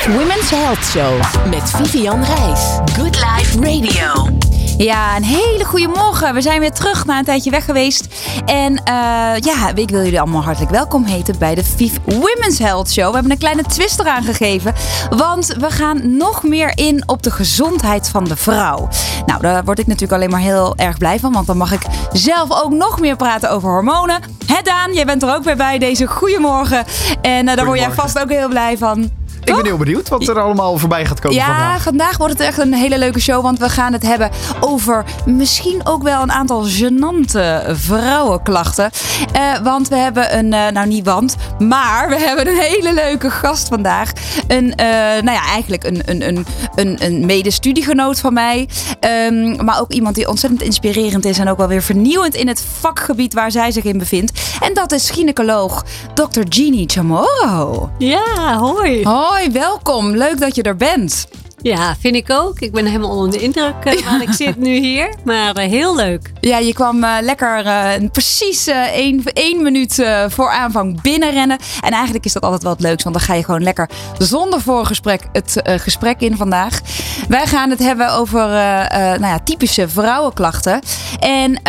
Women's Health Show met Vivian Reis. Good Life Radio. Ja, een hele goede morgen. We zijn weer terug na een tijdje weg geweest. En ik wil jullie allemaal hartelijk welkom heten bij de Viv Women's Health Show. We hebben een kleine twist eraan gegeven. Want we gaan nog meer in op de gezondheid van de vrouw. Nou, daar word ik natuurlijk alleen maar heel erg blij van. Want dan mag ik zelf ook nog meer praten over hormonen. Hè Daan, jij bent er ook weer bij deze goeiemorgen. En daar word jij vast ook heel blij van. Ik ben heel benieuwd wat er allemaal voorbij gaat komen vandaag. Ja, vandaag wordt het echt een hele leuke show. Want we gaan het hebben over misschien ook wel een aantal gênante vrouwenklachten. Want we hebben maar we hebben een hele leuke gast vandaag. Eigenlijk een medestudiegenoot van mij. Maar ook iemand die ontzettend inspirerend is. En ook wel weer vernieuwend in het vakgebied waar zij zich in bevindt. En dat is gynaecoloog Dr. Jeannie Chamorro. Ja, hoi. Hoi, welkom. Leuk dat je er bent. Ja, vind ik ook. Ik ben helemaal onder de indruk waar ik zit nu hier. Maar heel leuk. Ja, je kwam lekker precies 1 minuut voor aanvang binnenrennen. En eigenlijk is dat altijd wel het leukst. Want dan ga je gewoon lekker zonder voorgesprek het gesprek in vandaag. Wij gaan het hebben over typische vrouwenklachten. En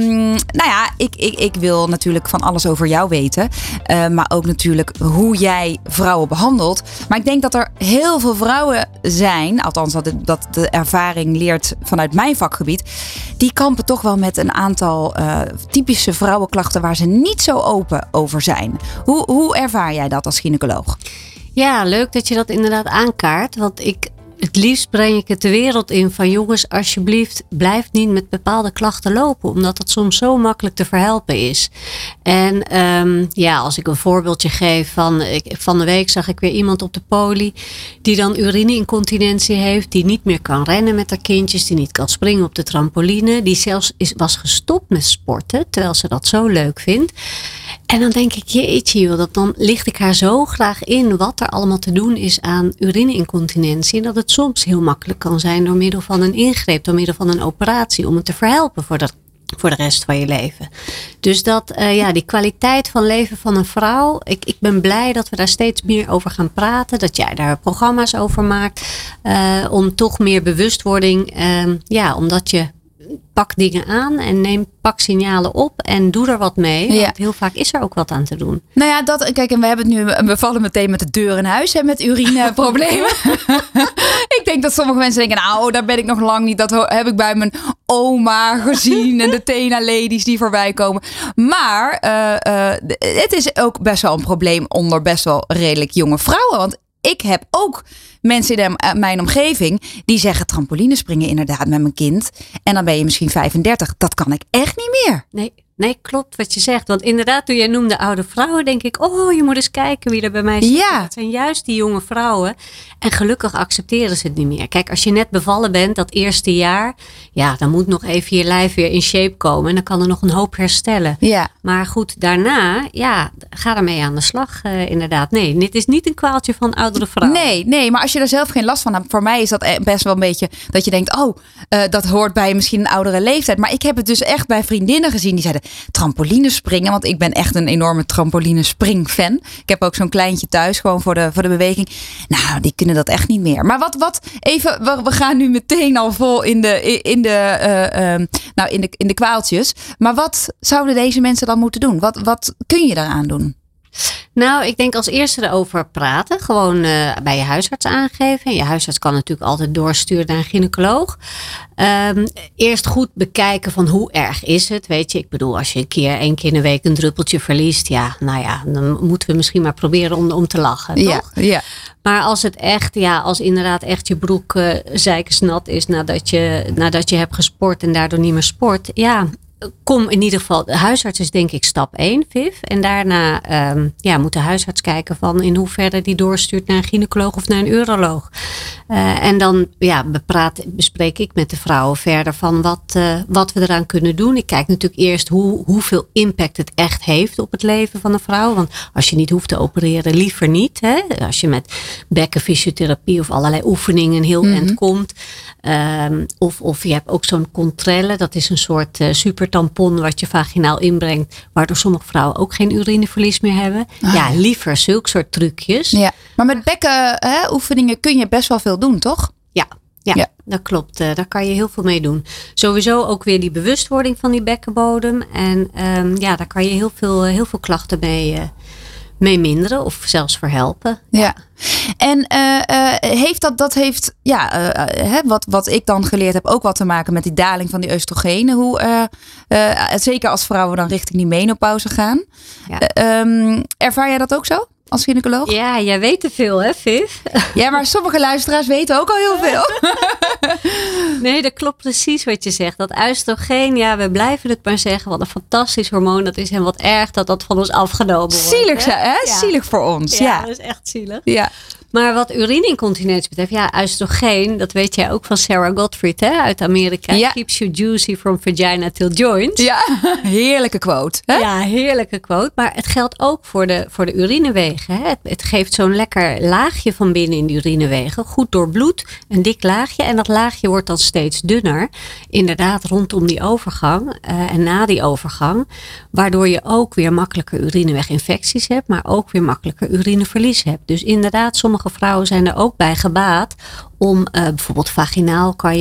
ik wil natuurlijk van alles over jou weten. Maar ook natuurlijk hoe jij vrouwen behandelt. Maar ik denk dat er heel veel vrouwen zijn. Althans, dat de ervaring leert vanuit mijn vakgebied. Die kampen toch wel met een aantal typische vrouwenklachten waar ze niet zo open over zijn. Hoe ervaar jij dat als gynaecoloog? Ja, leuk dat je dat inderdaad aankaart. Want het liefst breng ik het de wereld in van jongens, alsjeblieft, blijf niet met bepaalde klachten lopen. Omdat het soms zo makkelijk te verhelpen is. En als ik een voorbeeldje geef van de week zag ik weer iemand op de poli die dan urineincontinentie heeft. Die niet meer kan rennen met haar kindjes. Die niet kan springen op de trampoline. Die zelfs was gestopt met sporten. Terwijl ze dat zo leuk vindt. En dan denk ik, jeetje, dan licht ik haar zo graag in wat er allemaal te doen is aan urineincontinentie. En dat het soms heel makkelijk kan zijn door middel van een ingreep, door middel van een operatie, om het te verhelpen voor de rest van je leven. Dus die kwaliteit van leven van een vrouw. Ik ben blij dat we daar steeds meer over gaan praten. Dat jij daar programma's over maakt. Om toch meer bewustwording. Omdat je pak dingen aan en pak signalen op en doe er wat mee. Ja. Want heel vaak is er ook wat aan te doen. Nou ja, en we vallen meteen met de deur in huis met urineproblemen. Ik denk dat sommige mensen denken, nou, daar ben ik nog lang niet. Dat heb ik bij mijn oma gezien en de Tena-ladies die voorbij komen. Maar het is ook best wel een probleem onder best wel redelijk jonge vrouwen. Want ik heb ook mensen in mijn omgeving die zeggen trampoline springen inderdaad met mijn kind. En dan ben je misschien 35. Dat kan ik echt niet meer. Nee, klopt wat je zegt. Want inderdaad, toen jij noemde oude vrouwen, denk ik, je moet eens kijken wie er bij mij zit. Ja. Dat zijn juist die jonge vrouwen. En gelukkig accepteren ze het niet meer. Kijk, als je net bevallen bent, dat eerste jaar, dan moet nog even je lijf weer in shape komen. En dan kan er nog een hoop herstellen. Ja. Maar goed, daarna, ga ermee aan de slag inderdaad. Nee, dit is niet een kwaaltje van oudere vrouwen. Nee, maar als je er zelf geen last van hebt, voor mij is dat best wel een beetje dat je denkt, dat hoort bij misschien een oudere leeftijd. Maar ik heb het dus echt bij vriendinnen gezien die zeiden trampoline springen, want ik ben echt een enorme trampoline springfan. Ik heb ook zo'n kleintje thuis gewoon voor de beweging. Nou, die kunnen dat echt niet meer. Maar we gaan nu meteen al vol in de kwaaltjes. Maar wat zouden deze mensen dan moeten doen? Wat kun je daaraan doen? Nou, ik denk als eerste erover praten. Gewoon bij je huisarts aangeven. En je huisarts kan natuurlijk altijd doorsturen naar een gynaecoloog. Eerst goed bekijken van hoe erg is het. Weet je, ik bedoel, als je 1 keer in de week een druppeltje verliest. Dan moeten we misschien maar proberen om te lachen, toch? Ja. Maar als het echt, als inderdaad echt je broek zeikersnat is nadat je hebt gesport en daardoor niet meer sport. Kom in ieder geval, de huisarts is denk ik stap 1, Viv. En daarna moet de huisarts kijken van in hoeverre die doorstuurt naar een gynaecoloog of naar een uroloog. En dan bespreek ik met de vrouwen verder van wat we eraan kunnen doen. Ik kijk natuurlijk eerst hoeveel impact het echt heeft op het leven van een vrouw. Want als je niet hoeft te opereren, liever niet. Hè? Als je met bekkenfysiotherapie of allerlei oefeningen heel eind komt. Of je hebt ook zo'n Contralle. Dat is een soort super tampon wat je vaginaal inbrengt. Waardoor sommige vrouwen ook geen urineverlies meer hebben. Liever zulke soort trucjes. Ja. Maar met bekenoefeningen kun je best wel veel doen, toch? Ja, dat klopt. Daar kan je heel veel mee doen. Sowieso ook weer die bewustwording van die bekkenbodem. En daar kan je heel veel klachten mee minderen of zelfs verhelpen. Ja. En wat ik dan geleerd heb ook wat te maken met die daling van die oestrogenen. Zeker als vrouwen dan richting die menopauze gaan. Ja. Ervaar jij dat ook zo? Als gynaecoloog? Ja, jij weet te veel, hè, Viv? Ja, maar sommige luisteraars weten ook al heel veel. Nee, dat klopt precies wat je zegt. Dat oestrogeen, we blijven het maar zeggen. Wat een fantastisch hormoon dat is. En wat erg dat van ons afgenomen wordt. Zielig, hè? Ja. Zielig voor ons. Ja, dat is echt zielig. Ja. Maar wat urineincontinentie betreft, oestrogeen, dat weet jij ook van Sarah Gottfried, hè, uit Amerika. Ja. Keeps you juicy from vagina till joint. Ja, heerlijke quote. Hè? Ja, heerlijke quote. Maar het geldt ook voor de urinewegen. Hè. Het geeft zo'n lekker laagje van binnen in de urinewegen. Goed doorbloed, een dik laagje. En dat laagje wordt dan steeds dunner. Inderdaad, rondom die overgang en na die overgang. Waardoor je ook weer makkelijker urineweginfecties hebt, maar ook weer makkelijker urineverlies hebt. Dus inderdaad, sommige vrouwen zijn er ook bij gebaat om bijvoorbeeld vaginaal kan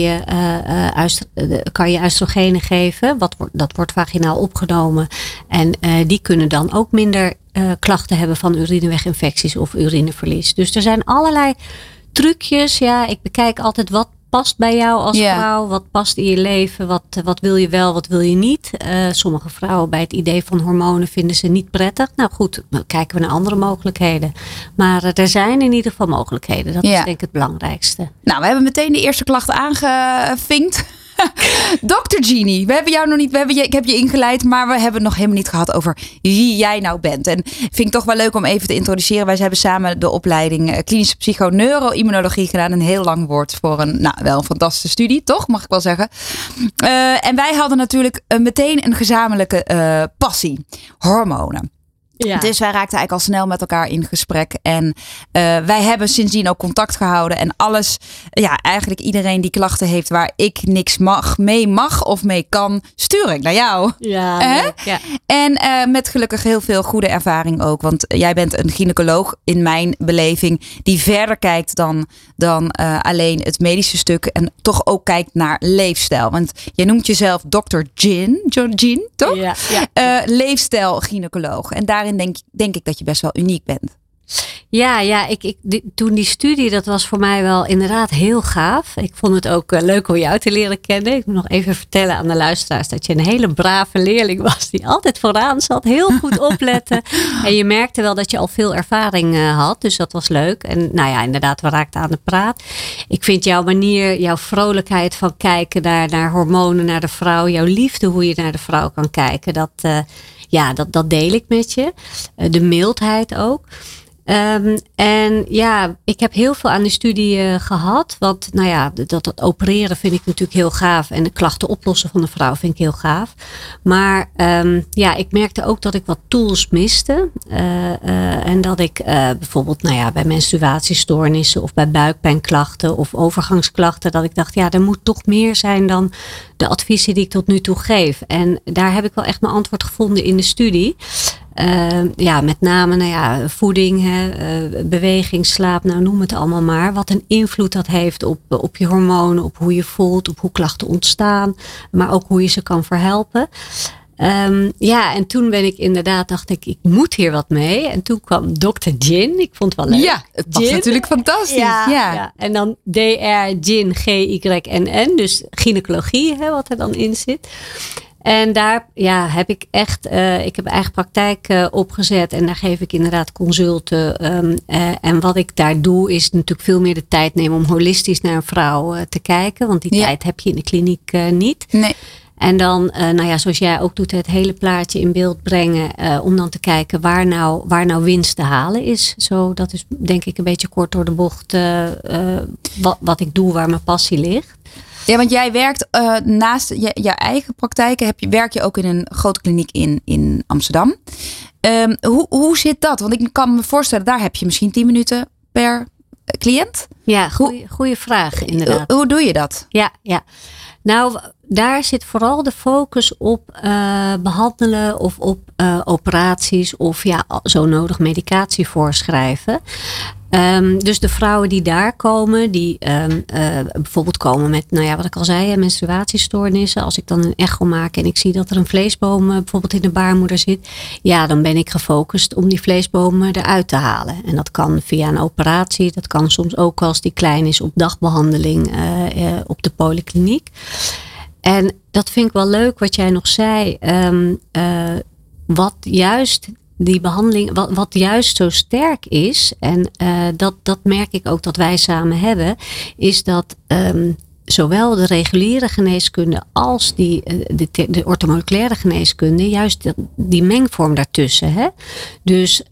je oestrogenen geven. Dat wordt vaginaal opgenomen. En die kunnen dan ook minder klachten hebben van urineweginfecties of urineverlies. Dus er zijn allerlei trucjes. Ja, ik bekijk altijd wat past bij jou als vrouw? Wat past in je leven? Wat wil je wel, wat wil je niet? Sommige vrouwen bij het idee van hormonen vinden ze niet prettig. Nou goed, dan kijken we naar andere mogelijkheden. Maar er zijn in ieder geval mogelijkheden. Dat is denk ik het belangrijkste. Nou, we hebben meteen de eerste klacht aangevinkt. Dr. Jeannie, we hebben jou nog niet, ik heb je ingeleid, maar we hebben het nog helemaal niet gehad over wie jij nou bent. En vind ik toch wel leuk om even te introduceren. Wij hebben samen de opleiding klinische psychoneuroimmunologie gedaan. Een heel lang woord voor wel een fantastische studie, toch? Mag ik wel zeggen. En wij hadden natuurlijk meteen een gezamenlijke passie. Hormonen. Ja. Dus wij raakten eigenlijk al snel met elkaar in gesprek. En wij hebben sindsdien ook contact gehouden. En alles, eigenlijk iedereen die klachten heeft waar ik niks mee mag of mee kan, stuur ik naar jou. Ja. En met gelukkig heel veel goede ervaring ook. Want jij bent een gynaecoloog in mijn beleving die verder kijkt dan alleen het medische stuk. En toch ook kijkt naar leefstijl. Want jij noemt jezelf Dr. Jean, toch? Ja. Leefstijl gynaecoloog. En daarin denk ik dat je best wel uniek bent. Ja, toen die studie, dat was voor mij wel inderdaad heel gaaf. Ik vond het ook leuk om jou te leren kennen. Ik moet nog even vertellen aan de luisteraars dat je een hele brave leerling was die altijd vooraan zat, heel goed opletten. En je merkte wel dat je al veel ervaring had, dus dat was leuk. En inderdaad, we raakten aan de praat. Ik vind jouw manier, jouw vrolijkheid van kijken naar hormonen, naar de vrouw, jouw liefde hoe je naar de vrouw kan kijken, dat deel ik met je. De mildheid ook. Ik heb heel veel aan de studie gehad. Want dat opereren vind ik natuurlijk heel gaaf. En de klachten oplossen van de vrouw vind ik heel gaaf. Maar ik merkte ook dat ik wat tools miste. En dat ik bijvoorbeeld bij menstruatiestoornissen of bij buikpijnklachten of overgangsklachten. Dat ik dacht, er moet toch meer zijn dan de adviezen die ik tot nu toe geef. En daar heb ik wel echt mijn antwoord gevonden in de studie. Met name voeding, beweging, slaap, noem het allemaal maar. Wat een invloed dat heeft op je hormonen, op hoe je voelt, op hoe klachten ontstaan. Maar ook hoe je ze kan verhelpen. En toen dacht ik moet hier wat mee. En toen kwam Dr. Gin. Ik vond het wel leuk. Ja, het was natuurlijk fantastisch. Ja. En dan DR, Gin, G-Y-N-N. Dus gynaecologie, wat er dan in zit. En daar heb ik echt, ik heb eigen praktijk opgezet en daar geef ik inderdaad consulten. En wat ik daar doe is natuurlijk veel meer de tijd nemen om holistisch naar een vrouw te kijken. Want die tijd heb je in de kliniek niet. Nee. En dan, zoals jij ook doet, het hele plaatje in beeld brengen. Om dan te kijken waar nou winst te halen is. Zo, dat is denk ik een beetje kort door de bocht wat ik doe, waar mijn passie ligt. Ja, want jij werkt naast je eigen praktijken, werk je ook in een grote kliniek in Amsterdam. Hoe zit dat? Want ik kan me voorstellen, daar heb je misschien 10 minuten per cliënt? Ja, goede vraag inderdaad. Hoe doe je dat? Ja. Nou, daar zit vooral de focus op behandelen of op operaties of zo nodig medicatie voorschrijven. Dus de vrouwen die daar komen, die bijvoorbeeld komen met, wat ik al zei, menstruatiestoornissen. Als ik dan een echo maak en ik zie dat er een vleesboom bijvoorbeeld in de baarmoeder zit. Ja, dan ben ik gefocust om die vleesboom eruit te halen. En dat kan via een operatie. Dat kan soms ook als die klein is op dagbehandeling op de polykliniek. En dat vind ik wel leuk wat jij nog zei. Wat juist die behandeling, wat juist zo sterk is, en dat merk ik ook dat wij samen hebben, is dat zowel de reguliere geneeskunde als de orthomoleculaire geneeskunde, juist die mengvorm daartussen. Hè? Dus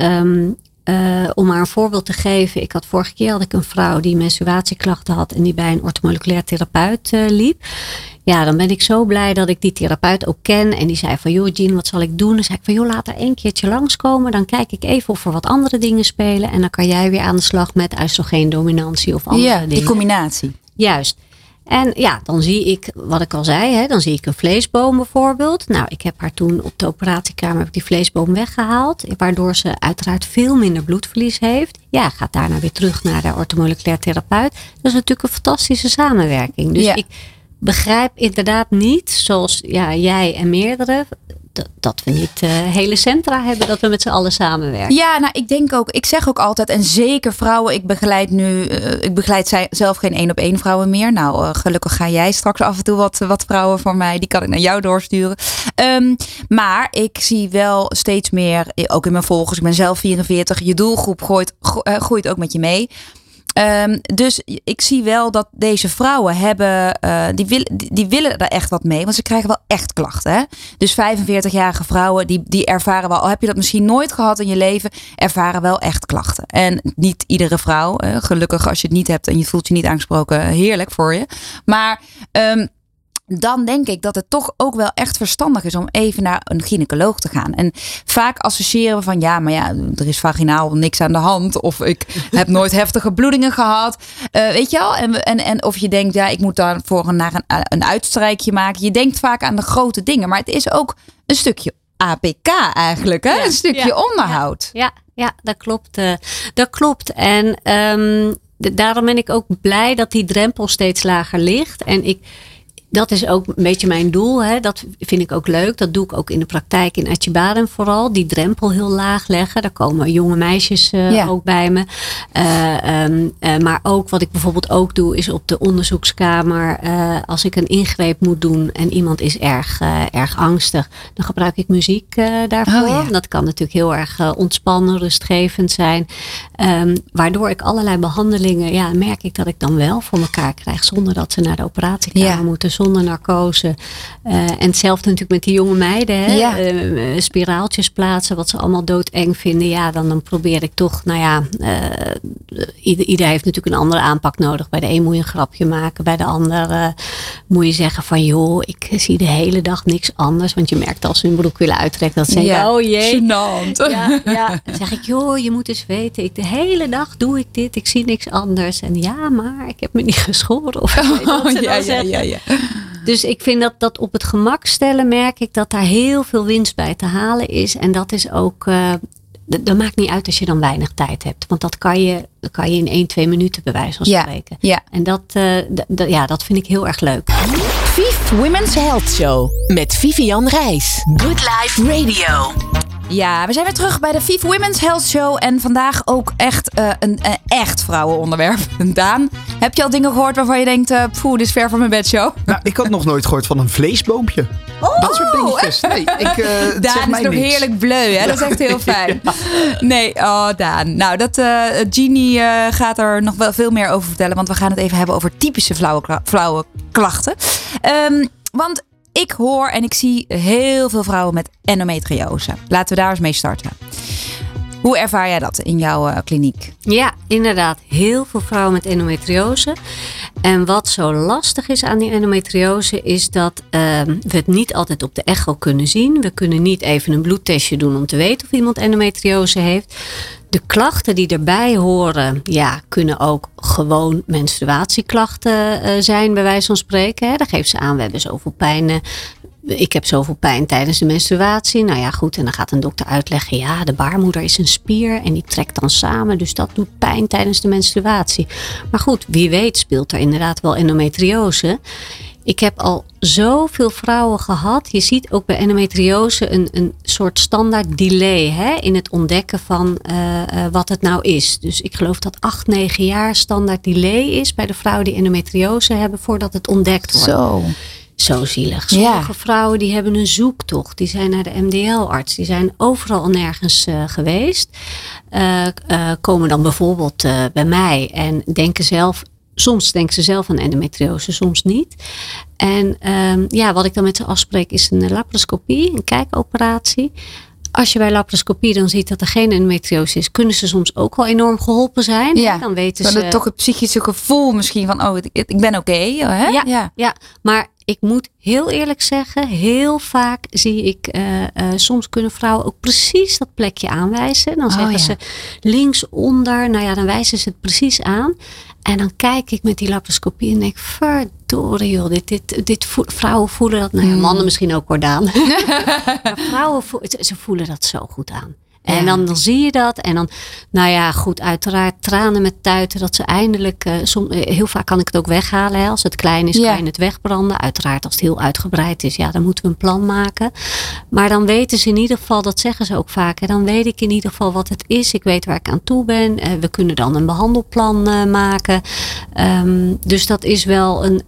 om maar een voorbeeld te geven, vorige keer had ik een vrouw die menstruatieklachten had en die bij een orthomoleculair therapeut liep. Ja, dan ben ik zo blij dat ik die therapeut ook ken. En die zei van, joh Jean, wat zal ik doen? Dan zei ik van, joh, laat er 1 keertje langskomen. Dan kijk ik even of er wat andere dingen spelen. En dan kan jij weer aan de slag met oestrogeendominantie of andere dingen. Die combinatie. Juist. En dan zie ik, wat ik al zei, dan zie ik een vleesboom bijvoorbeeld. Nou, ik heb haar toen op de operatiekamer die vleesboom weggehaald. Waardoor ze uiteraard veel minder bloedverlies heeft. Ja, gaat daarna weer terug naar de orthomoleculair therapeut. Dat is natuurlijk een fantastische samenwerking. Dus ik begrijp inderdaad niet, zoals jij en meerdere, dat we niet hele centra hebben, dat we met z'n allen samenwerken. Ja, nou ik denk ook, ik zeg ook altijd, en zeker vrouwen, ik begeleid zelf geen 1-op-1 vrouwen meer. Nou, gelukkig ga jij straks af en toe wat vrouwen voor mij, die kan ik naar jou doorsturen. Maar ik zie wel steeds meer, ook in mijn volgers, ik ben zelf 44, je doelgroep groeit ook met je mee. Dus ik zie wel dat deze vrouwen hebben, die willen er echt wat mee, want ze krijgen wel echt klachten. Hè? Dus 45-jarige vrouwen die ervaren wel, al heb je dat misschien nooit gehad in je leven, ervaren wel echt klachten. En niet iedere vrouw, gelukkig als je het niet hebt en je voelt je niet aangesproken, heerlijk voor je. Maar dan denk ik dat het toch ook wel echt verstandig is om even naar een gynaecoloog te gaan. En vaak associëren we van er is vaginaal niks aan de hand. Of ik heb nooit heftige bloedingen gehad. Weet je wel? En of je denkt, ik moet daarvoor naar een uitstrijkje maken. Je denkt vaak aan de grote dingen. Maar het is ook een stukje APK eigenlijk. Hè? Een stukje onderhoud. Ja, dat klopt. Dat klopt. En daarom ben ik ook blij dat die drempel steeds lager ligt. En dat is ook een beetje mijn doel. Hè. Dat vind ik ook leuk. Dat doe ik ook in de praktijk in Acıbadem vooral. Die drempel heel laag leggen. Daar komen jonge meisjes ook bij me. Maar ook wat ik bijvoorbeeld ook doe is op de onderzoekskamer. Als ik een ingreep moet doen en iemand is erg angstig. Dan gebruik ik muziek daarvoor. Oh, ja. Dat kan natuurlijk heel erg ontspannen, rustgevend zijn. Waardoor ik allerlei behandelingen, merk ik dat ik dan wel voor elkaar krijg. Zonder dat ze naar de operatiekamer moeten. Zonder narcose. En hetzelfde natuurlijk met die jonge meiden. Hè? Ja. Spiraaltjes plaatsen. Wat ze allemaal doodeng vinden. Ja, dan probeer ik toch. Ieder heeft natuurlijk een andere aanpak nodig. Bij de een moet je een grapje maken. Bij de ander moet je zeggen van joh, ik zie de hele dag niks anders. Want je merkt als ze hun broek willen uittrekken. Dat ze zeggen, oh jee. Gênant. Ja. Dan zeg ik, joh, je moet eens weten. De hele dag doe ik dit. Ik zie niks anders. En ja, maar ik heb me niet geschoren. Of ja. Dus ik vind dat op het gemak stellen merk ik dat daar heel veel winst bij te halen is. En dat is ook, dat maakt niet uit als je dan weinig tijd hebt. Want dat kan je in 1-2 minuten bij wijze van spreken. Ja. En dat vind ik heel erg leuk. Viv Women's Health Show met Vivian Reis. Good Life Radio. Ja, we zijn weer terug bij de Viv Women's Health Show. En vandaag ook echt een echt vrouwenonderwerp. Daan, heb je al dingen gehoord waarvan je denkt, dit is ver van mijn bedshow? Nou, ik had nog nooit gehoord van een vleesboompje. Dat soort dingetjes. Nee, Daan is nog heerlijk bleu, hè? Dat is echt heel fijn. Ja. Nee, Daan. Nou, Jeannie gaat er nog wel veel meer over vertellen. Want we gaan het even hebben over typische flauwe klachten. Want ik hoor en ik zie heel veel vrouwen met endometriose. Laten we daar eens mee starten. Hoe ervaar jij dat in jouw kliniek? Ja, inderdaad. Heel veel vrouwen met endometriose. En wat zo lastig is aan die endometriose is dat we het niet altijd op de echo kunnen zien. We kunnen niet even een bloedtestje doen om te weten of iemand endometriose heeft. De klachten die erbij horen, kunnen ook gewoon menstruatieklachten zijn, bij wijze van spreken. Hè. Dan geeft ze aan, we hebben zoveel pijn. Ik heb zoveel pijn tijdens de menstruatie. Nou ja, goed. En dan gaat een dokter uitleggen. Ja, de baarmoeder is een spier en die trekt dan samen. Dus dat doet pijn tijdens de menstruatie. Maar goed, wie weet speelt er inderdaad wel endometriose. Ik heb al zoveel vrouwen gehad. Je ziet ook bij endometriose een soort standaard delay in het ontdekken van wat het nou is. Dus ik geloof dat 8-9 jaar standaard delay is bij de vrouwen die endometriose hebben voordat het ontdekt wordt. Zo zielig. Sommige vrouwen die hebben een zoektocht. Die zijn naar de MDL-arts. Die zijn overal en nergens geweest. Komen dan bijvoorbeeld bij mij en denken zelf... Soms denken ze zelf aan endometriose, soms niet. En wat ik dan met ze afspreek is een laparoscopie, een kijkoperatie. Als je bij laparoscopie dan ziet dat er geen endometriose is, kunnen ze soms ook wel enorm geholpen zijn. Ja, dan weten maar ze toch het psychische gevoel misschien van, ik ben oké. Ja, maar ik moet heel eerlijk zeggen, heel vaak zie ik, soms kunnen vrouwen ook precies dat plekje aanwijzen. Dan zeggen ze linksonder, nou ja, dan wijzen ze het precies aan. En dan kijk ik met die laparoscopie en denk, verdorie joh, vrouwen voelen dat, nou ja, mannen misschien ook Daan. Maar vrouwen ze voelen dat zo goed aan. En dan zie je dat. En dan, nou ja, goed, uiteraard tranen met tuiten. Dat ze eindelijk, heel vaak kan ik het ook weghalen. Hè. Als het klein is, kan je het wegbranden. Uiteraard als het heel uitgebreid is, dan moeten we een plan maken. Maar dan weten ze in ieder geval, dat zeggen ze ook vaak. Hè, dan weet ik in ieder geval wat het is. Ik weet waar ik aan toe ben. We kunnen dan een behandelplan maken. Dus dat is wel een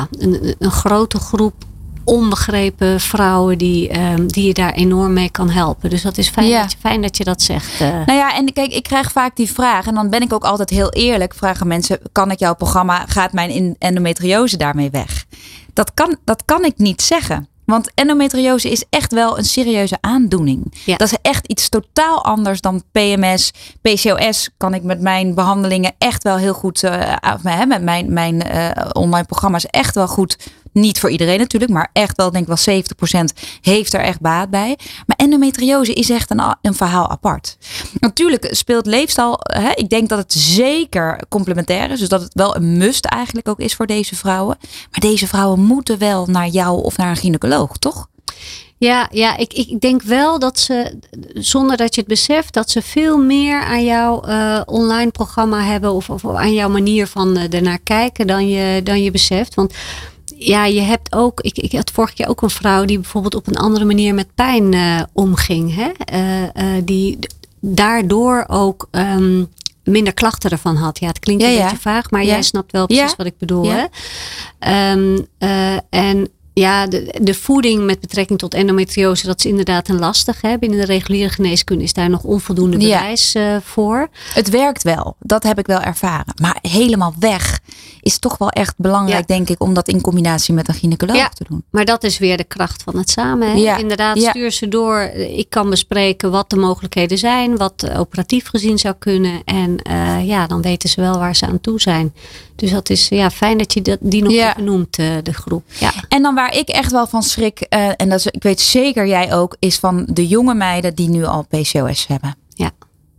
grote groep onbegrepen vrouwen die je daar enorm mee kan helpen. Dus dat is fijn dat je dat zegt. Nou ja, en kijk, ik krijg vaak die vraag. En dan ben ik ook altijd heel eerlijk. Vragen mensen, kan ik jouw programma, gaat mijn endometriose daarmee weg? Dat kan ik niet zeggen. Want endometriose is echt wel een serieuze aandoening. Ja. Dat is echt iets totaal anders dan PMS. PCOS kan ik met mijn behandelingen echt wel heel goed... met mijn online programma's echt wel goed... Niet voor iedereen natuurlijk, maar echt wel, denk ik wel 70% heeft er echt baat bij. Maar endometriose is echt een verhaal apart. Natuurlijk speelt leefstijl, ik denk dat het zeker complementair is. Dus dat het wel een must eigenlijk ook is voor deze vrouwen. Maar deze vrouwen moeten wel naar jou of naar een gynaecoloog, toch? Ja, ik denk wel dat ze, zonder dat je het beseft, dat ze veel meer aan jouw online programma hebben of aan jouw manier van ernaar kijken dan je beseft. Want ja, je hebt ook, ik had vorige keer ook een vrouw die bijvoorbeeld op een andere manier met pijn omging. Die daardoor ook minder klachten ervan had. Ja, het klinkt een beetje vaag, maar jij snapt wel precies wat ik bedoel. Ja. En ja, de voeding met betrekking tot endometriose, dat is inderdaad een lastig. Binnen de reguliere geneeskunde is daar nog onvoldoende bewijs voor. Het werkt wel, dat heb ik wel ervaren. Maar helemaal weg is toch wel echt belangrijk, denk ik, om dat in combinatie met een gynaecoloog te doen. Maar dat is weer de kracht van het samen. Hè? Ja. Inderdaad, stuur ze door. Ik kan bespreken wat de mogelijkheden zijn, wat operatief gezien zou kunnen. En dan weten ze wel waar ze aan toe zijn. Dus dat is fijn dat je die nog even noemt, de groep. Ja. En dan waar ik echt wel van schrik, en dat is, ik weet zeker jij ook, is van de jonge meiden die nu al PCOS hebben. Ja.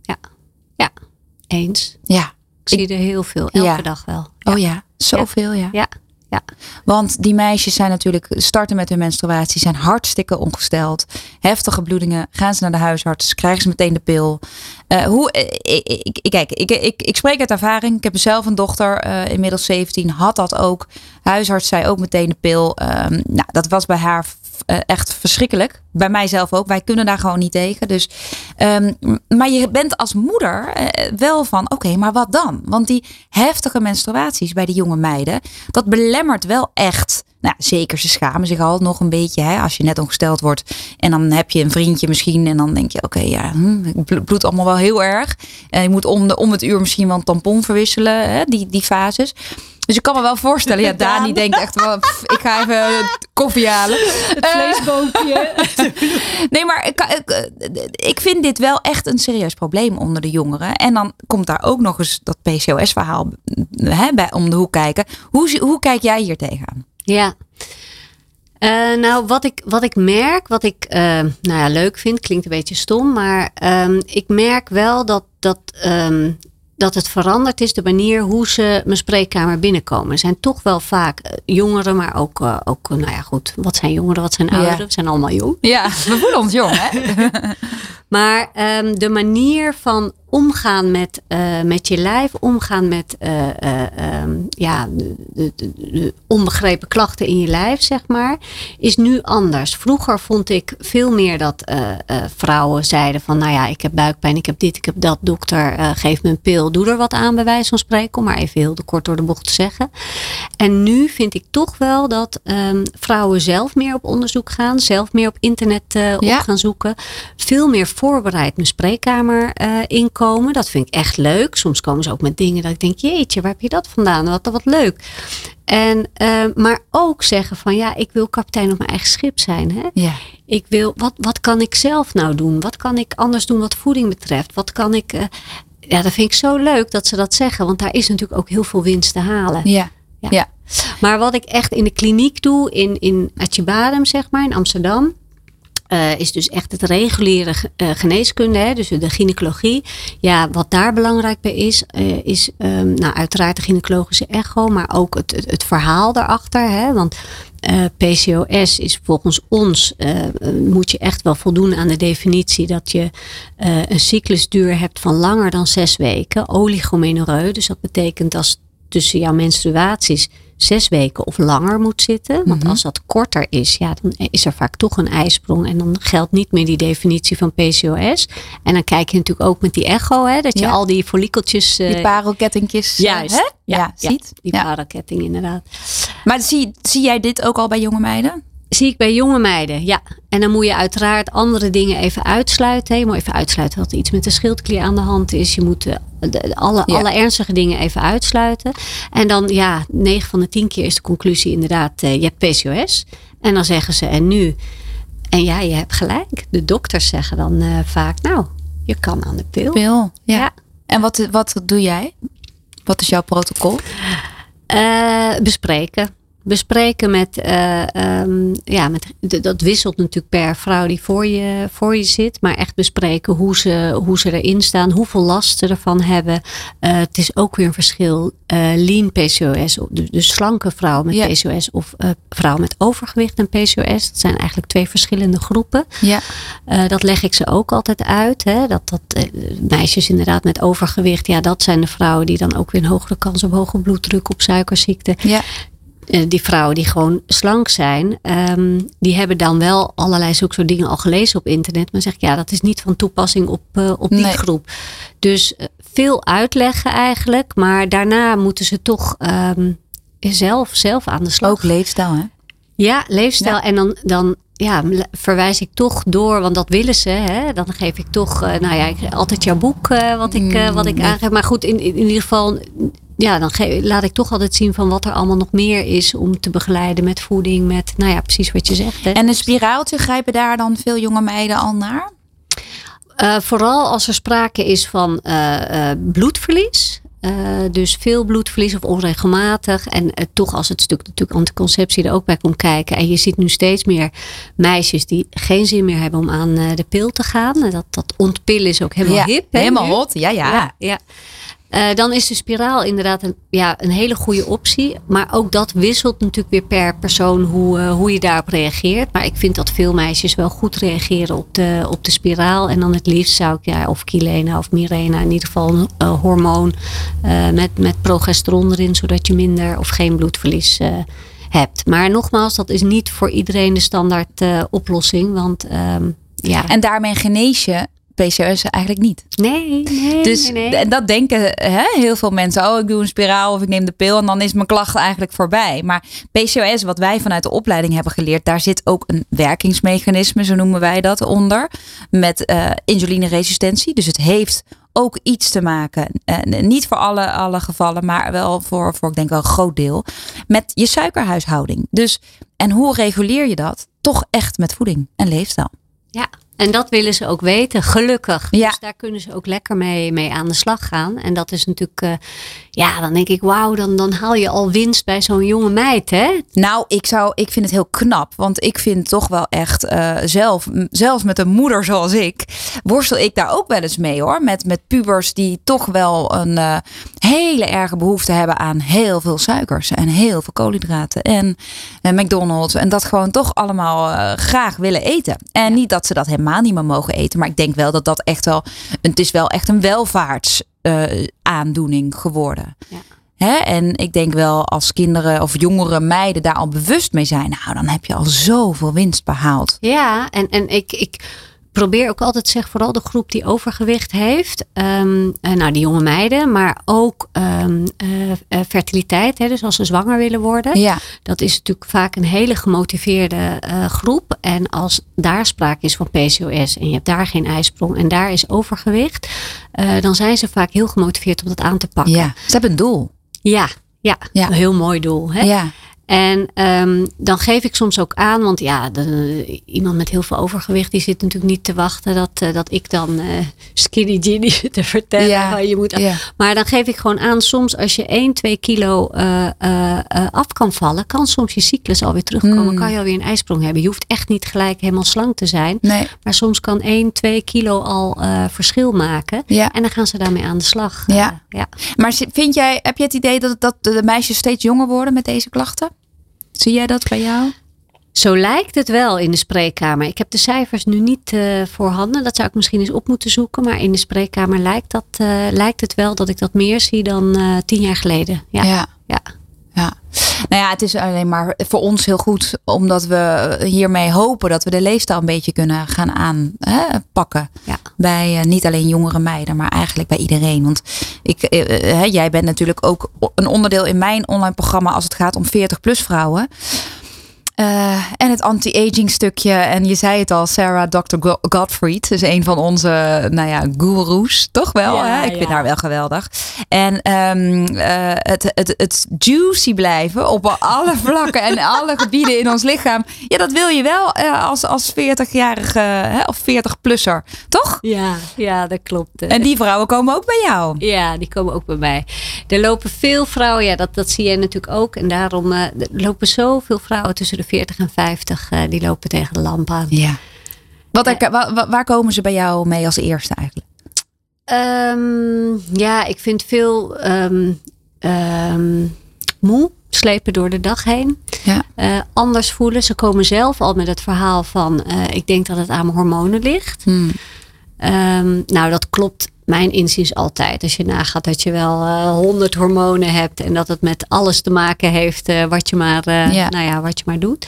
Eens. Ja. Ik zie er heel veel, elke dag wel. Ja. Oh ja, zoveel Ja. Want die meisjes zijn natuurlijk, starten met hun menstruatie, zijn hartstikke ongesteld. Heftige bloedingen, gaan ze naar de huisarts, krijgen ze meteen de pil. Ik spreek uit ervaring. Ik heb zelf een dochter, inmiddels 17, had dat ook. Huisarts zei ook meteen de pil. Dat was bij haar echt verschrikkelijk. Bij mijzelf ook. Wij kunnen daar gewoon niet tegen. Dus, maar je bent als moeder wel van, oké, maar wat dan? Want die heftige menstruaties bij die jonge meiden, dat belemmert wel echt. Nou, zeker, ze schamen zich al nog een beetje. Als je net ongesteld wordt. En dan heb je een vriendje misschien. En dan denk je, het bloedt allemaal wel heel erg. En je moet om het uur misschien wel een tampon verwisselen. Die fases. Dus ik kan me wel voorstellen. Ja, Dani denkt echt wel, ik ga even koffie halen. Het vleesboompje. Nee, maar ik vind dit wel echt een serieus probleem onder de jongeren. En dan komt daar ook nog eens dat PCOS-verhaal bij om de hoek kijken. Hoe kijk jij hier tegenaan? Ja. Wat ik merk, wat ik leuk vind, klinkt een beetje stom, maar ik merk wel dat dat het veranderd is, de manier hoe ze mijn spreekkamer binnenkomen. Er zijn toch wel vaak jongeren, maar ook nou ja goed, wat zijn jongeren, wat zijn ouderen? We zijn allemaal jong. Ja, we voelen ons jong, hè? Maar de manier van omgaan met je lijf, omgaan met de onbegrepen klachten in je lijf, zeg maar, is nu anders. Vroeger vond ik veel meer dat vrouwen zeiden van, nou ja, ik heb buikpijn, ik heb dit, ik heb dat, dokter, geef me een pil, doe er wat aan, bij wijze van spreken, om maar even heel kort door de bocht te zeggen. En nu vind ik toch wel dat vrouwen zelf meer op onderzoek gaan, zelf meer op internet op gaan zoeken, veel meer voorbereid mijn spreekkamer inkomen. Dat vind ik echt leuk. Soms komen ze ook met dingen dat ik denk, jeetje, waar heb je dat vandaan? Wat leuk. En, maar ook zeggen van, ja, ik wil kapitein op mijn eigen schip zijn. Hè? Ja. Ik wil, wat kan ik zelf nou doen? Wat kan ik anders doen wat voeding betreft? Wat kan ik... dat vind ik zo leuk dat ze dat zeggen. Want daar is natuurlijk ook heel veel winst te halen. Ja. Maar wat ik echt in de kliniek doe, in Achybarum, zeg maar, in Amsterdam, is dus echt het reguliere geneeskunde, hè, dus de gynaecologie. Ja, wat daar belangrijk bij is uiteraard de gynaecologische echo, maar ook het verhaal daarachter. Hè, want PCOS is volgens ons, moet je echt wel voldoen aan de definitie dat je een cyclusduur hebt van langer dan 6 weken. Oligomenorreu, dus dat betekent als tussen jouw menstruaties 6 weken of langer moet zitten. Want als dat korter is, ja, dan is er vaak toch een ijsprong. En dan geldt niet meer die definitie van PCOS. En dan kijk je natuurlijk ook met die echo, hè, dat je al die follikeltjes... die parelkettingjes. Juist. Hè? Ja, ziet. Die parelketting inderdaad. Maar zie jij dit ook al bij jonge meiden? Zie ik bij jonge meiden, ja. En dan moet je uiteraard andere dingen even uitsluiten. Je moet even uitsluiten dat er iets met de schildklier aan de hand is. Je moet alle ernstige dingen even uitsluiten. En dan, 9 van de 10 keer is de conclusie inderdaad, je hebt PCOS. En dan zeggen ze, en nu? En ja, je hebt gelijk. De dokters zeggen dan vaak, nou, je kan aan de pil. Ja. En wat doe jij? Wat is jouw protocol? Bespreken dat wisselt natuurlijk per vrouw die voor je zit. Maar echt bespreken hoe ze erin staan. Hoeveel last ze ervan hebben. Het is ook weer een verschil. Lean PCOS. Dus slanke vrouwen met PCOS. Of vrouwen met overgewicht en PCOS. Dat zijn eigenlijk 2 verschillende groepen. Ja. Dat leg ik ze ook altijd uit. Hè? Dat meisjes inderdaad met overgewicht. Ja, dat zijn de vrouwen die dan ook weer een hogere kans op hoge bloeddruk, op suikerziekte. Ja. Die vrouwen die gewoon slank zijn, die hebben dan wel allerlei zulke soort dingen al gelezen op internet. Maar zeg ik, dat is niet van toepassing op die groep. Dus veel uitleggen eigenlijk. Maar daarna moeten ze toch zelf aan de slag. Ook leefstijl, hè? Ja, leefstijl. Ja. En dan verwijs ik toch door, want dat willen ze. Hè? Dan geef ik toch, ik altijd jouw boek wat ik aangeef. Maar goed, in ieder geval... Ja, dan laat ik toch altijd zien van wat er allemaal nog meer is om te begeleiden met voeding, met, precies wat je zegt. Hè. En een spiraaltje, grijpen daar dan veel jonge meiden al naar? Vooral als er sprake is van bloedverlies. Dus veel bloedverlies of onregelmatig. En toch als het stuk natuurlijk anticonceptie er ook bij komt kijken. En je ziet nu steeds meer meisjes die geen zin meer hebben om aan de pil te gaan. Dat ontpillen is ook helemaal hip. Helemaal hot, ja. Dan is de spiraal inderdaad een hele goede optie. Maar ook dat wisselt natuurlijk weer per persoon hoe je daarop reageert. Maar ik vind dat veel meisjes wel goed reageren op de spiraal. En dan het liefst zou ik of Kilena of Mirena in ieder geval een hormoon met progesteron erin. Zodat je minder of geen bloedverlies hebt. Maar nogmaals, dat is niet voor iedereen de standaard oplossing. Want En daarmee genees je PCOS eigenlijk niet. Nee. En dat denken heel veel mensen. Ik doe een spiraal of ik neem de pil en dan is mijn klacht eigenlijk voorbij. Maar PCOS, wat wij vanuit de opleiding hebben geleerd, daar zit ook een werkingsmechanisme, zo noemen wij dat, onder. Met insulineresistentie. Dus het heeft ook iets te maken. Niet voor alle gevallen, maar wel voor ik denk wel een groot deel. Met je suikerhuishouding. Dus, en hoe reguleer je dat? Toch echt met voeding en leefstijl. Ja. En dat willen ze ook weten, gelukkig. Ja. Dus daar kunnen ze ook lekker mee aan de slag gaan. En dat is natuurlijk, dan denk ik, wauw, dan haal je al winst bij zo'n jonge meid, hè? Nou, ik vind het heel knap. Want ik vind toch wel echt zelfs met een moeder zoals ik, worstel ik daar ook wel eens mee hoor. Met pubers die toch wel een hele erge behoefte hebben aan heel veel suikers en heel veel koolhydraten en McDonald's. En dat gewoon toch allemaal graag willen eten. En niet dat ze dat helemaal niet meer mogen eten. Maar ik denk wel dat echt wel, het is wel echt een welvaartsaandoening geworden. Ja. Hè? En ik denk wel als kinderen of jongere meiden daar al bewust mee zijn. Nou, dan heb je al zoveel winst behaald. Ja, en ik probeer ook altijd te zeggen, vooral de groep die overgewicht heeft. Die jonge meiden, maar ook fertiliteit. Hè, dus als ze zwanger willen worden. Ja. Dat is natuurlijk vaak een hele gemotiveerde groep. En als daar sprake is van PCOS en je hebt daar geen ijsprong en daar is overgewicht. Dan zijn ze vaak heel gemotiveerd om dat aan te pakken. Ja, ze hebben een doel. Ja. Een heel mooi doel. Hè? Ja. En dan geef ik soms ook aan, want iemand met heel veel overgewicht, die zit natuurlijk niet te wachten dat ik dan skinny Ginny zit te vertellen. Ja, je moet, maar dan geef ik gewoon aan, soms als je 1-2 kilo af kan vallen, kan soms je cyclus alweer terugkomen. Kan je alweer een ijsprong hebben. Je hoeft echt niet gelijk helemaal slank te zijn. Nee. Maar soms kan 1-2 kilo al verschil maken. Ja. En dan gaan ze daarmee aan de slag. Ja. Maar heb je het idee dat de meisjes steeds jonger worden met deze klachten? Zie jij dat bij jou? Zo lijkt het wel in de spreekkamer. Ik heb de cijfers nu niet voorhanden. Dat zou ik misschien eens op moeten zoeken. Maar in de spreekkamer lijkt het wel dat ik dat meer zie dan 10 jaar geleden. Ja. Nou ja, het is alleen maar voor ons heel goed. Omdat we hiermee hopen dat we de leefstijl een beetje kunnen gaan aanpakken. Ja. Bij niet alleen jongere meiden, maar eigenlijk bij iedereen. Want jij bent natuurlijk ook een onderdeel in mijn online programma als het gaat om 40+ vrouwen. En het anti-aging stukje. En je zei het al, Sarah Dr. Gottfried is een van onze goeroes. Toch wel, hè? Ik vind haar wel geweldig. En het juicy blijven op alle vlakken en alle gebieden in ons lichaam. Ja, dat wil je wel als 40-jarige of 40-plusser. Toch? Ja, dat klopt. En die vrouwen komen ook bij jou? Ja, die komen ook bij mij. Er lopen veel vrouwen, dat zie jij natuurlijk ook. En daarom lopen zoveel vrouwen tussen de 40 en 50, die lopen tegen de lamp aan. Ja. Waar komen ze bij jou mee als eerste eigenlijk? Ik vind veel moe, slepen door de dag heen. Ja. Anders voelen. Ze komen zelf al met het verhaal van, ik denk dat het aan mijn hormonen ligt. Dat klopt mijn inziens altijd. Als je nagaat dat je wel 100 hormonen hebt en dat het met alles te maken heeft wat je maar doet.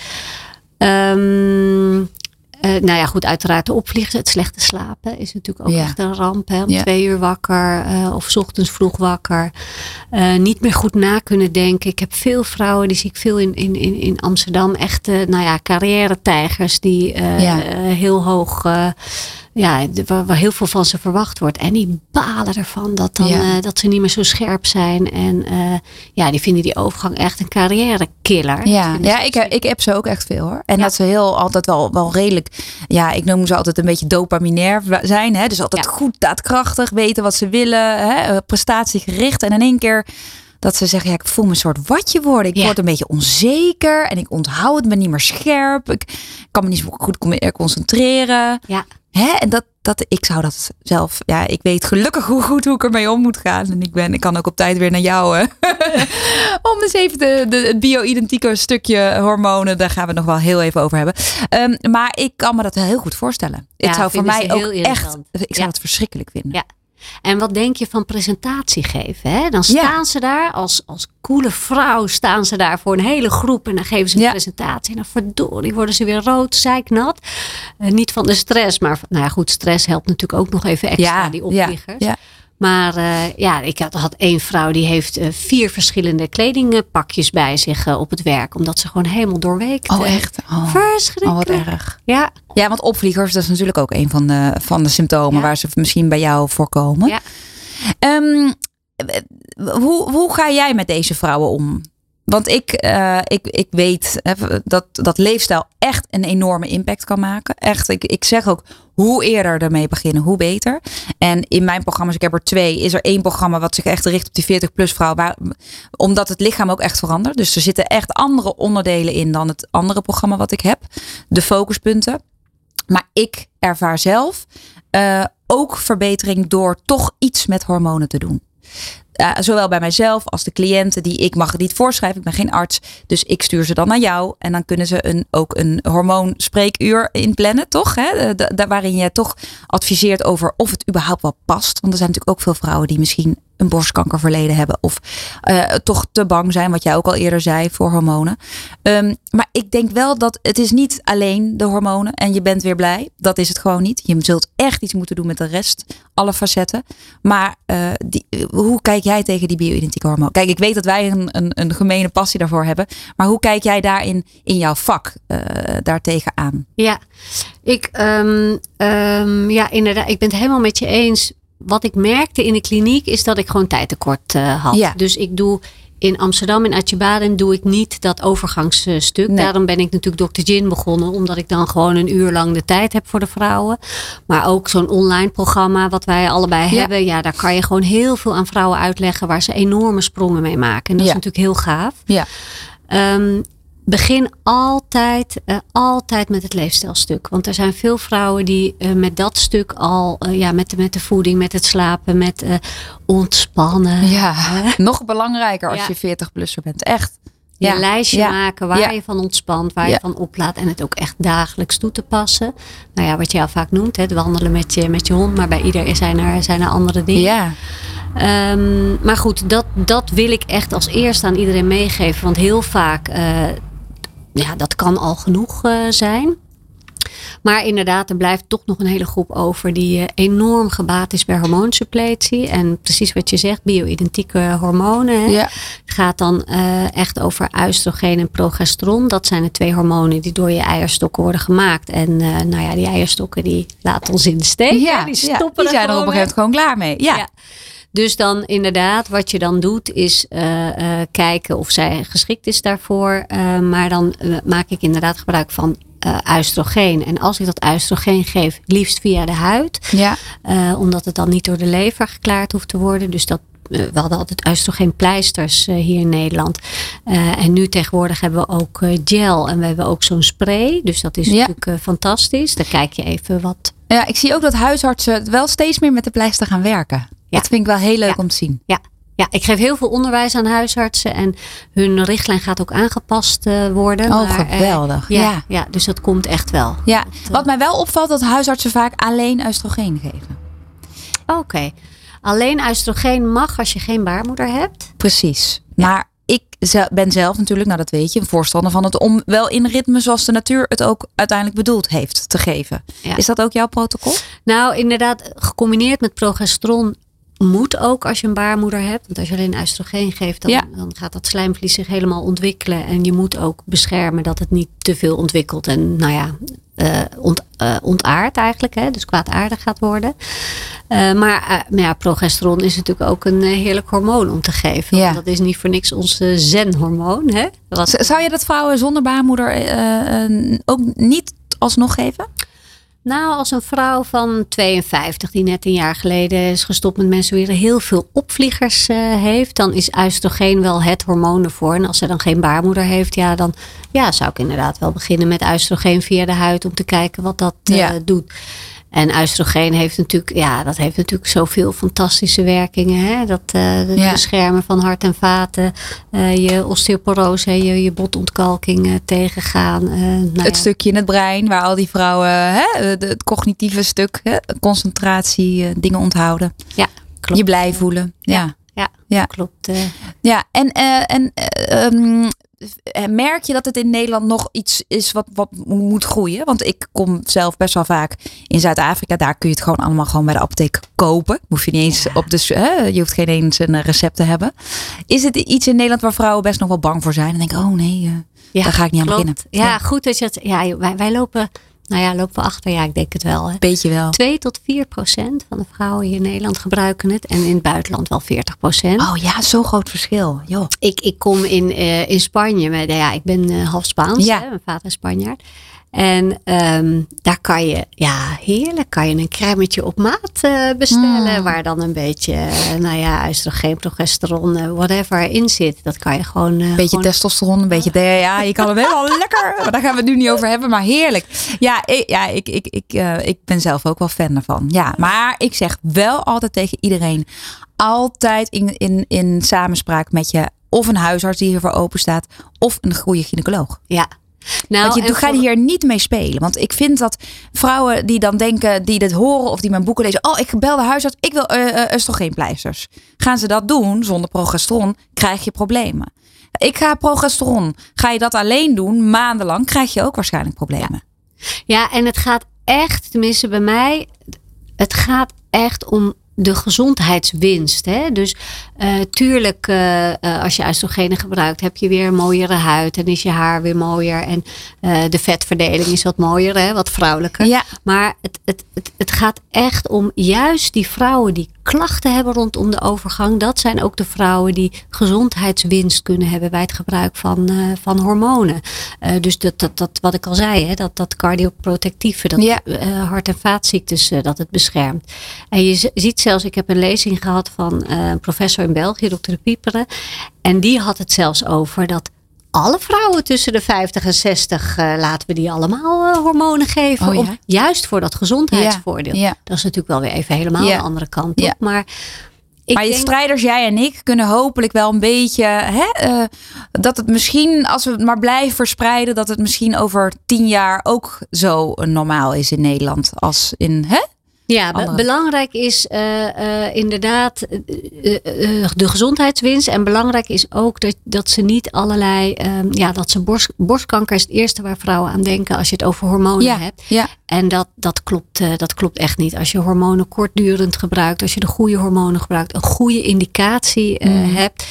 Goed, uiteraard de opvliegen. Het slechte slapen is natuurlijk ook echt een ramp. Hè? Om 2 uur wakker of 's ochtends vroeg wakker. Niet meer goed na kunnen denken. Ik heb veel vrouwen, die zie ik veel in Amsterdam. Echte carrière-tijgers die heel hoog... waar heel veel van ze verwacht wordt. En die balen ervan dat ze niet meer zo scherp zijn. En die vinden die overgang echt een carrière-killer. Ik heb ze ook echt veel hoor. En dat ze altijd wel redelijk... Ja, ik noem ze altijd een beetje dopaminair zijn. Hè? Dus altijd goed daadkrachtig, weten wat ze willen. Hè? Prestatiegericht. En in één keer... Dat ze zeggen, ik voel me een soort watje worden. Ik word een beetje onzeker. En ik onthoud het me niet meer scherp. Ik kan me niet zo goed concentreren. Ja. En ik zou dat zelf... Ja, ik weet gelukkig hoe ik ermee om moet gaan. En ik kan ook op tijd weer naar jou. Om eens even het bio-identieke stukje hormonen. Daar gaan we het nog wel heel even over hebben. Maar ik kan me dat heel goed voorstellen. Het zou voor mij ook echt... Ik zou het verschrikkelijk vinden. Ja. En wat denk je van presentatie geven? Hè? Dan staan ze daar als coole vrouw. Staan ze daar voor een hele groep. En dan geven ze een presentatie. En dan verdorie worden ze weer rood, zeiknat. Niet van de stress. Maar stress helpt natuurlijk ook nog even extra. Die opvliegers. Ja. Maar ik had 1 vrouw die heeft 4 verschillende kledingpakjes bij zich op het werk. Omdat ze gewoon helemaal doorweekt. Oh echt? Verschrikkelijk. Wat erg. Ja, want opvliegers, dat is natuurlijk ook een van de symptomen waar ze misschien bij jou voorkomen. Ja. Hoe ga jij met deze vrouwen om? Want ik weet dat leefstijl echt een enorme impact kan maken. Echt, ik zeg ook, hoe eerder ermee beginnen, hoe beter. En in mijn programma's, ik heb er 2, is er 1 programma wat zich echt richt op die 40-plus vrouw. Omdat het lichaam ook echt verandert. Dus er zitten echt andere onderdelen in dan het andere programma wat ik heb. De focuspunten. Maar ik ervaar zelf ook verbetering door toch iets met hormonen te doen. Zowel bij mijzelf als de cliënten ik mag het niet voorschrijven. Ik ben geen arts. Dus ik stuur ze dan naar jou. En dan kunnen ze ook een hormoonspreekuur inplannen. Toch? Hè? Waarin je toch adviseert over of het überhaupt wel past. Want er zijn natuurlijk ook veel vrouwen die misschien een borstkankerverleden hebben. Of toch te bang zijn. Wat jij ook al eerder zei voor hormonen. Maar ik denk wel dat het is niet alleen de hormonen. En je bent weer blij. Dat is het gewoon niet. Je zult echt iets moeten doen met de rest. Alle facetten. Maar hoe kijk jij tegen die bio-identieke hormoon? Kijk, ik weet dat wij een gemene passie daarvoor hebben. Maar hoe kijk jij daarin in jouw vak daartegen aan? Ja, inderdaad. Ik ben het helemaal met je eens. Wat ik merkte in de kliniek is dat ik gewoon tijdtekort had. Ja. Dus ik doe in Amsterdam, in Acıbadem, doe ik niet dat overgangsstuk. Nee. Daarom ben ik natuurlijk Dr. Gin begonnen. Omdat ik dan gewoon 1 uur lang de tijd heb voor de vrouwen. Maar ook zo'n online programma wat wij allebei hebben. Ja, daar kan je gewoon heel veel aan vrouwen uitleggen waar ze enorme sprongen mee maken. En dat is natuurlijk heel gaaf. Ja. Begin altijd met het leefstijlstuk. Want er zijn veel vrouwen die met dat stuk al, met de voeding, met het slapen, met ontspannen. Ja, nog belangrijker als je 40-plusser bent. Echt. Een lijstje maken waar je van ontspant, waar je van oplaat. En het ook echt dagelijks toe te passen. Nou ja, wat je al vaak noemt, het wandelen met je hond. Maar bij ieder zijn er andere dingen. Ja. Maar goed, dat wil ik echt als eerste aan iedereen meegeven. Want heel vaak, dat kan al genoeg zijn. Maar inderdaad, er blijft toch nog een hele groep over die enorm gebaat is bij hormoonsuppletie. En precies wat je zegt, bio-identieke hormonen. Hè? Ja. Het gaat dan echt over oestrogeen en progesteron. Dat zijn de 2 hormonen die door je eierstokken worden gemaakt. En die eierstokken die laten ons in de steek. Ja, die stoppen die zijn er op een gegeven moment gewoon klaar mee. Ja. Dus dan inderdaad, wat je dan doet is kijken of zij geschikt is daarvoor. Maar dan maak ik inderdaad gebruik van oestrogeen. En als ik dat oestrogeen geef, liefst via de huid. Ja. Omdat het dan niet door de lever geklaard hoeft te worden. Dus we hadden altijd oestrogeenpleisters hier in Nederland. En nu tegenwoordig hebben we ook gel. En we hebben ook zo'n spray. Dus dat is natuurlijk fantastisch. Dan kijk je even wat. Ja, ik zie ook dat huisartsen wel steeds meer met de pleister gaan werken. Ja. Dat vind ik wel heel leuk om te zien. Ja, ik geef heel veel onderwijs aan huisartsen. En hun richtlijn gaat ook aangepast worden. Oh, maar, geweldig. Ja, dus dat komt echt wel. Ja, wat mij wel opvalt, dat huisartsen vaak alleen oestrogeen geven. Oké. Alleen oestrogeen mag als je geen baarmoeder hebt. Precies. Ja. Maar ik ben zelf natuurlijk, dat weet je, een voorstander van het om wel in ritme zoals de natuur het ook uiteindelijk bedoeld heeft te geven. Ja. Is dat ook jouw protocol? Nou, inderdaad, gecombineerd met progesteron moet ook als je een baarmoeder hebt. Want als je alleen oestrogeen geeft, dan gaat dat slijmvlies zich helemaal ontwikkelen. En je moet ook beschermen dat het niet te veel ontwikkelt. En ontaardt eigenlijk. Hè? Dus kwaadaardig gaat worden. Maar progesteron is natuurlijk ook een heerlijk hormoon om te geven. Ja. Want dat is niet voor niks ons zenhormoon. Hè? Zou je dat vrouwen zonder baarmoeder ook niet alsnog geven? Nou, als een vrouw van 52 die net een jaar geleden is gestopt met menstrueren heel veel opvliegers heeft, dan is oestrogeen wel het hormoon ervoor. En als ze dan geen baarmoeder heeft, dan zou ik inderdaad wel beginnen met oestrogeen via de huid om te kijken wat dat doet. En oestrogeen heeft natuurlijk zoveel fantastische werkingen. Hè? Dat beschermen van hart en vaten. Je osteoporose, je botontkalking tegengaan. Het stukje in het brein waar al die vrouwen, het cognitieve stuk, concentratie, dingen onthouden. Ja, klopt. Je blij voelen. Ja. Klopt. Ja, merk je dat het in Nederland nog iets is wat moet groeien? Want ik kom zelf best wel vaak in Zuid-Afrika. Daar kun je het gewoon bij de apotheek kopen. Hoef je niet eens je hoeft geen eens een recept te hebben. Is het iets in Nederland waar vrouwen best nog wel bang voor zijn? En denken, daar ga ik niet aan beginnen. Ja, goed dat je het. Ja, wij lopen lopen we achter? Ja, ik denk het wel. Hè. Beetje wel. 2 tot 4% van de vrouwen hier in Nederland gebruiken het. En in het buitenland wel 40%. Oh ja, zo'n groot verschil. Joh. Ik kom in Spanje. Ik ben half Spaans. Ja. Hè, mijn vader is Spanjaard. En daar kan je, heerlijk, een crèmetje op maat bestellen. Waar dan een beetje, oestrogeen, progesteron, whatever in zit. Dat kan je gewoon... Een beetje testosteron, een beetje DHA. Je kan hem helemaal lekker. Maar daar gaan we het nu niet over hebben, maar heerlijk. Ik ben zelf ook wel fan ervan. Ja, maar ik zeg wel altijd tegen iedereen. Altijd in samenspraak met je. Of een huisarts die hiervoor open staat. Of een goede gynaecoloog. Ja. Want je gaat hier niet mee spelen. Want ik vind dat vrouwen die dan denken, die dit horen of die mijn boeken lezen. Oh, ik bel de huisarts, ik wil oestrogeenpleisters. Gaan ze dat doen zonder progesteron, krijg je problemen. Ik ga progesteron. Ga je dat alleen doen, maandenlang, krijg je ook waarschijnlijk problemen. Ja, en het gaat echt, tenminste bij mij, het gaat echt om de gezondheidswinst. Hè? Dus tuurlijk, als je oestrogenen gebruikt, heb je weer een mooiere huid en is je haar weer mooier. En de vetverdeling is wat mooier, hè? Wat vrouwelijker. Ja. Maar het gaat echt om juist die vrouwen die klachten hebben rondom de overgang. Dat zijn ook de vrouwen die gezondheidswinst kunnen hebben bij het gebruik van hormonen. Dus dat wat ik al zei, hè? Dat cardioprotectieve, dat hart- en vaatziektes, dat het beschermt. En je ziet zelfs, ik heb een lezing gehad van een professor in België, dokter Pieperen. En die had het zelfs over dat alle vrouwen tussen de 50 en 60 laten we die allemaal hormonen geven. Oh, ja? Juist voor dat gezondheidsvoordeel. Ja. Dat is natuurlijk wel weer even helemaal de andere kant op. Maar je strijders, jij en ik, kunnen hopelijk wel een beetje... dat het misschien, als we het maar blijven verspreiden, dat het misschien over 10 jaar ook zo normaal is in Nederland als in... Ja, belangrijk is inderdaad de gezondheidswinst. En belangrijk is ook dat ze niet allerlei... borstkanker is het eerste waar vrouwen aan denken als je het over hormonen hebt. Ja. En dat klopt echt niet. Als je hormonen kortdurend gebruikt, als je de goede hormonen gebruikt, een goede indicatie hebt,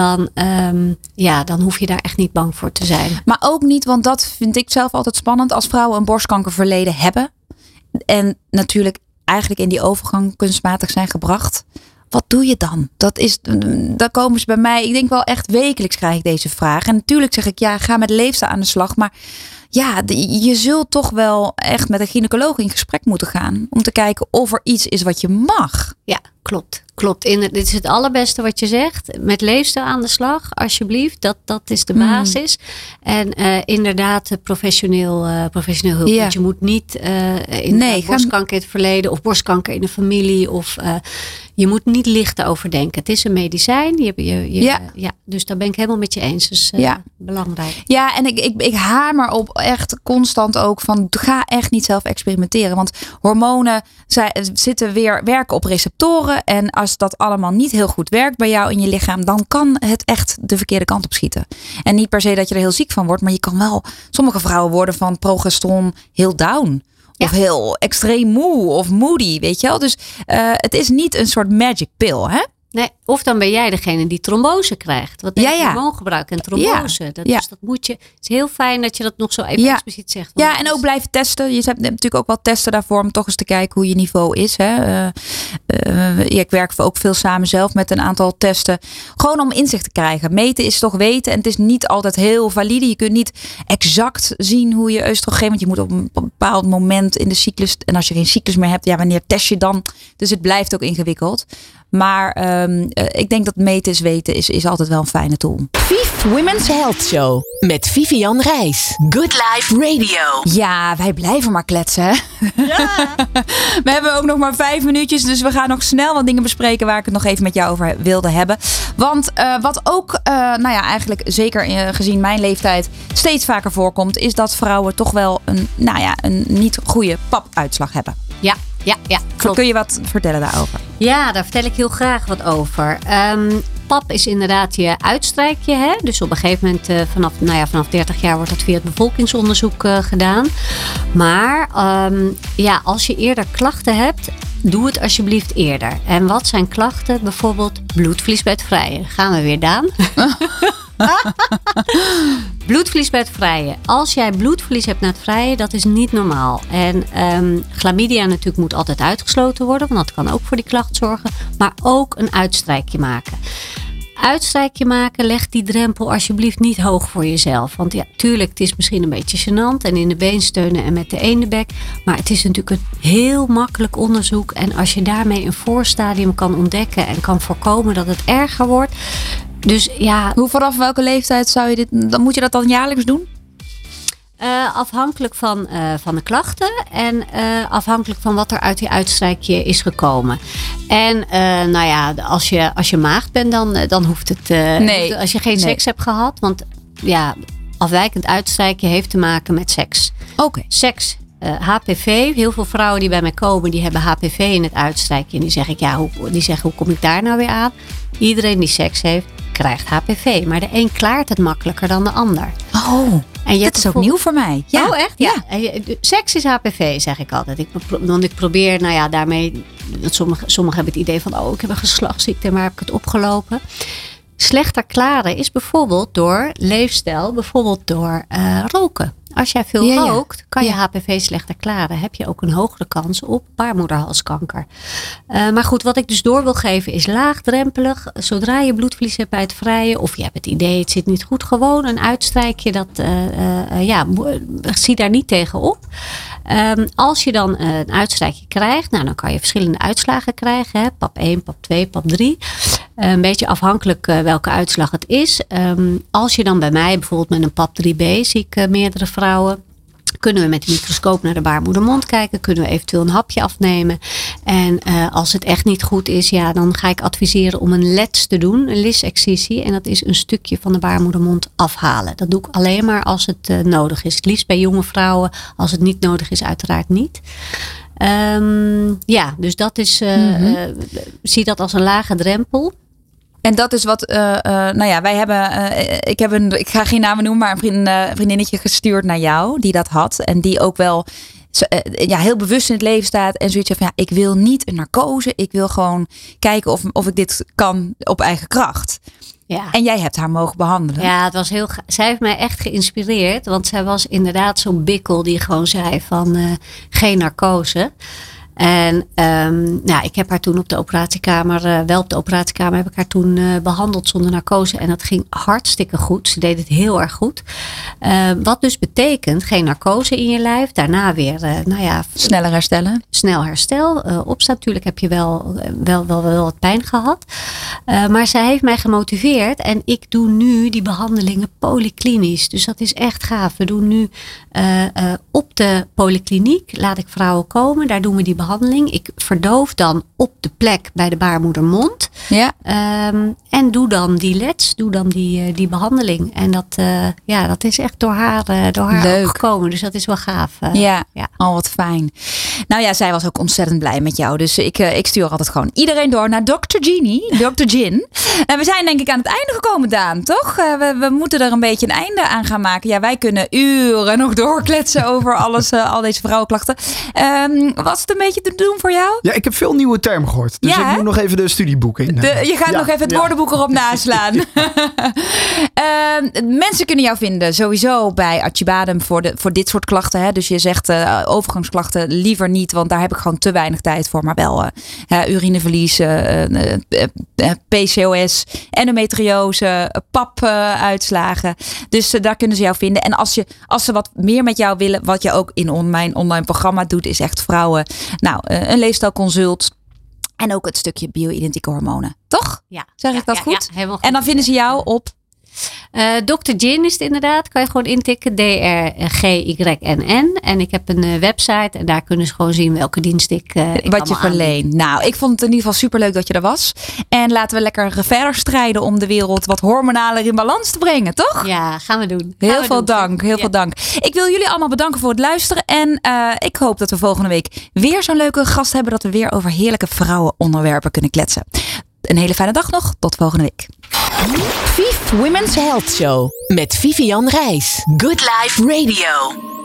dan hoef je daar echt niet bang voor te zijn. Maar ook niet, want dat vind ik zelf altijd spannend, als vrouwen een borstkankerverleden hebben. En natuurlijk eigenlijk in die overgang kunstmatig zijn gebracht. Wat doe je dan? Daar komen ze bij mij. Ik denk wel echt wekelijks krijg ik deze vraag. En natuurlijk zeg ik, ga met leefstijl aan de slag. Maar je zult toch wel echt met een gynaecoloog in gesprek moeten gaan. Om te kijken of er iets is wat je mag. Ja, klopt. Dit is het allerbeste wat je zegt. Met leefstijl aan de slag, alsjeblieft. Dat is de basis. En inderdaad professioneel hulp. Want je moet niet borstkanker in het verleden of borstkanker in de familie. Of je moet niet licht over denken. Het is een medicijn. Dus daar ben ik helemaal met je eens. Dus belangrijk. Ja, en ik hamer op echt constant ook van ga echt niet zelf experimenteren. Want hormonen werken op receptoren. En als dat allemaal niet heel goed werkt bij jou in je lichaam, dan kan het echt de verkeerde kant op schieten. En niet per se dat je er heel ziek van wordt, maar je kan wel, sommige vrouwen worden van progesteron heel down. Of heel extreem moe of moody, weet je wel. Dus het is niet een soort magic pill, hè? Nee, of dan ben jij degene die trombose krijgt. Wat denk je hormoongebruik en trombose. Ja. Dus dat moet je. Het is heel fijn dat je dat nog zo even expliciet zegt. Ja, en ook blijven testen. Je hebt natuurlijk ook wel testen daarvoor om toch eens te kijken hoe je niveau is. Hè. Ik werk ook veel samen zelf met een aantal testen. Gewoon om inzicht te krijgen. Meten is toch weten. En het is niet altijd heel valide. Je kunt niet exact zien hoe je oestrogeen. Want je moet op een bepaald moment in de cyclus. En als je geen cyclus meer hebt, wanneer test je dan? Dus het blijft ook ingewikkeld. Maar ik denk dat meten is weten is altijd wel een fijne tool. Viv Women's Health Show met Vivian Reis. Good Life Radio. Ja, wij blijven maar kletsen. Hè? Ja. We hebben ook nog maar 5 minuutjes. Dus we gaan nog snel wat dingen bespreken waar ik het nog even met jou over wilde hebben. Want wat ook, eigenlijk zeker gezien mijn leeftijd steeds vaker voorkomt, is dat vrouwen toch wel een niet goede papuitslag hebben. Ja, klopt. Kun je wat vertellen daarover? Ja, daar vertel ik heel graag wat over. Pap is inderdaad je uitstrijkje. Hè? Dus op een gegeven moment vanaf 30 jaar wordt dat via het bevolkingsonderzoek gedaan. Maar als je eerder klachten hebt, doe het alsjeblieft eerder. En wat zijn klachten? Bijvoorbeeld bloedverlies bij het vrijen. Gaan we weer, Daan? Bloedverlies bij het vrijen. Als jij bloedverlies hebt na het vrijen, dat is niet normaal. En chlamydia natuurlijk moet altijd uitgesloten worden, want dat kan ook voor die klacht zorgen. Maar ook een uitstrijkje maken. Uitstrijkje maken, leg die drempel alsjeblieft niet hoog voor jezelf. Want ja, tuurlijk, het is misschien een beetje gênant en in de been steunen en met de ene bek. Maar het is natuurlijk een heel makkelijk onderzoek. En als je daarmee een voorstadium kan ontdekken en kan voorkomen dat het erger wordt. Dus ja. Vanaf welke leeftijd zou je dan moet je dat dan jaarlijks doen? Afhankelijk van de klachten en afhankelijk van wat er uit die uitstrijkje is gekomen. En als je maagd bent, dan hoeft het. Nee. Als je geen seks hebt gehad, want ja, afwijkend uitstrijkje heeft te maken met seks. Oké. Seks. HPV, heel veel vrouwen die bij mij komen, die hebben HPV in het uitstrijkje. En die zeg ik, hoe kom ik daar nou weer aan? Iedereen die seks heeft, krijgt HPV. Maar de een klaart het makkelijker dan de ander. Oh, en dat is ook nieuw voor mij. Ja. Oh, echt? Ja. Seks is HPV, zeg ik altijd. Want ik probeer, daarmee. Sommigen hebben het idee van, ik heb een geslachtsziekte, maar heb ik het opgelopen? Slechter klaren is bijvoorbeeld door leefstijl, bijvoorbeeld door roken. Als jij veel rookt, kan je HPV slechter klaren. Heb je ook een hogere kans op baarmoederhalskanker. Maar goed, wat ik dus door wil geven is laagdrempelig. Zodra je bloedverlies hebt bij het vrijen, of je hebt het idee het zit niet goed, gewoon een uitstrijkje. Zie daar niet tegen op. Als je dan een uitstrijkje krijgt, dan kan je verschillende uitslagen krijgen. Hè? PAP 1, PAP 2, PAP 3. Een beetje afhankelijk welke uitslag het is. Als je dan bij mij bijvoorbeeld met een PAP 3B zie ik meerdere vrouwen. Kunnen we met de microscoop naar de baarmoedermond kijken. Kunnen we eventueel een hapje afnemen. En als het echt niet goed is, dan ga ik adviseren om een LETS te doen. Een lisexcisie. En dat is een stukje van de baarmoedermond afhalen. Dat doe ik alleen maar als het nodig is. Het liefst bij jonge vrouwen. Als het niet nodig is, uiteraard niet. Dus dat is, zie dat als een lage drempel. En dat is wat, wij hebben, ik ga geen namen noemen, maar een vriendinnetje gestuurd naar jou die dat had. En die ook wel heel bewust in het leven staat en zoiets van, ik wil niet een narcose. Ik wil gewoon kijken of ik dit kan op eigen kracht. Ja. En jij hebt haar mogen behandelen. Ja, het was zij heeft mij echt geïnspireerd. Want zij was inderdaad zo'n bikkel die gewoon zei van geen narcose. En ik heb haar toen op de operatiekamer, heb ik haar toen behandeld zonder narcose. En dat ging hartstikke goed. Ze deed het heel erg goed. Wat dus betekent geen narcose in je lijf. Daarna weer, sneller herstellen. Snel herstel. Opstaan. Natuurlijk heb je wel wat pijn gehad. Maar zij heeft mij gemotiveerd. En ik doe nu die behandelingen polyklinisch. Dus dat is echt gaaf. We doen nu op de polykliniek. Laat ik vrouwen komen. Daar doen we die behandeling. Ik verdoof dan op de plek bij de baarmoedermond. Ja. En doe dan die LETS. Doe dan die behandeling. En dat is echt door haar ook gekomen. Dus dat is wel gaaf. Wat fijn. Nou ja, zij was ook ontzettend blij met jou. Dus ik stuur altijd gewoon iedereen door naar Dr. Gin. En we zijn denk ik aan het einde gekomen, Daan. Toch? We moeten er een beetje een einde aan gaan maken. Ja, wij kunnen uren nog doorkletsen over alles, al deze vrouwenklachten. Was het een beetje te doen voor jou? Ja, ik heb veel nieuwe termen gehoord. Dus ik moet nog even de studieboeken in. Je gaat nog even het woordenboek erop naslaan. Mensen kunnen jou vinden sowieso bij Acibadem voor dit soort klachten. Hè? Dus je zegt overgangsklachten liever niet, want daar heb ik gewoon te weinig tijd voor. Maar wel urineverlies, PCOS, endometriose, PAP-uitslagen. Dus daar kunnen ze jou vinden. En als ze wat meer met jou willen, wat je ook in mijn online programma doet, is echt vrouwen. Een leefstijlconsult. En ook het stukje bio-identieke hormonen. Toch? Ja. Zeg ik dat goed? Ja, helemaal goed. En dan vinden ze jou op? Dr. Gin is het inderdaad. Kan je gewoon intikken. DRGYNN. En ik heb een website. En daar kunnen ze gewoon zien welke dienst ik wat je verleent. Nou, ik vond het in ieder geval superleuk dat je er was. En laten we lekker verder strijden om de wereld wat hormonaler in balans te brengen. Toch? Ja, gaan we doen. Heel veel dank. Ik wil jullie allemaal bedanken voor het luisteren. En ik hoop dat we volgende week weer zo'n leuke gast hebben. Dat we weer over heerlijke vrouwenonderwerpen kunnen kletsen. Een hele fijne dag nog. Tot volgende week. Viv Women's Health Show met Vivian Reis. Good Life Radio.